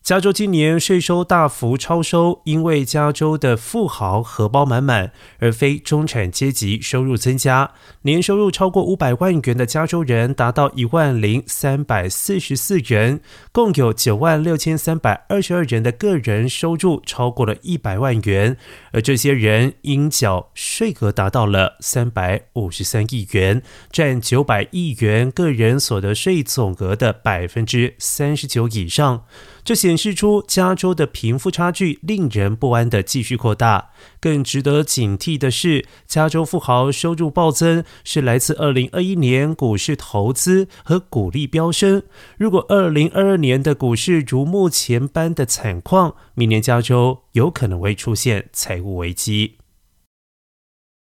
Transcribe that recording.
加州今年税收大幅超收，因为加州的富豪荷包满满，而非中产阶级收入增加。年收入超过500万元的加州人达到10344人，共有96322人的个人收入超过了100万元，而这些人应缴税额达到了353亿元，占900亿元个人所得税总额的39%以上。这显示出加州的贫富差距令人不安的继续扩大。更值得警惕的是，加州富豪收入暴增是来自2021年股市投资和股利飙升。如果2022年的股市如目前般的惨况，明年加州有可能会出现财务危机。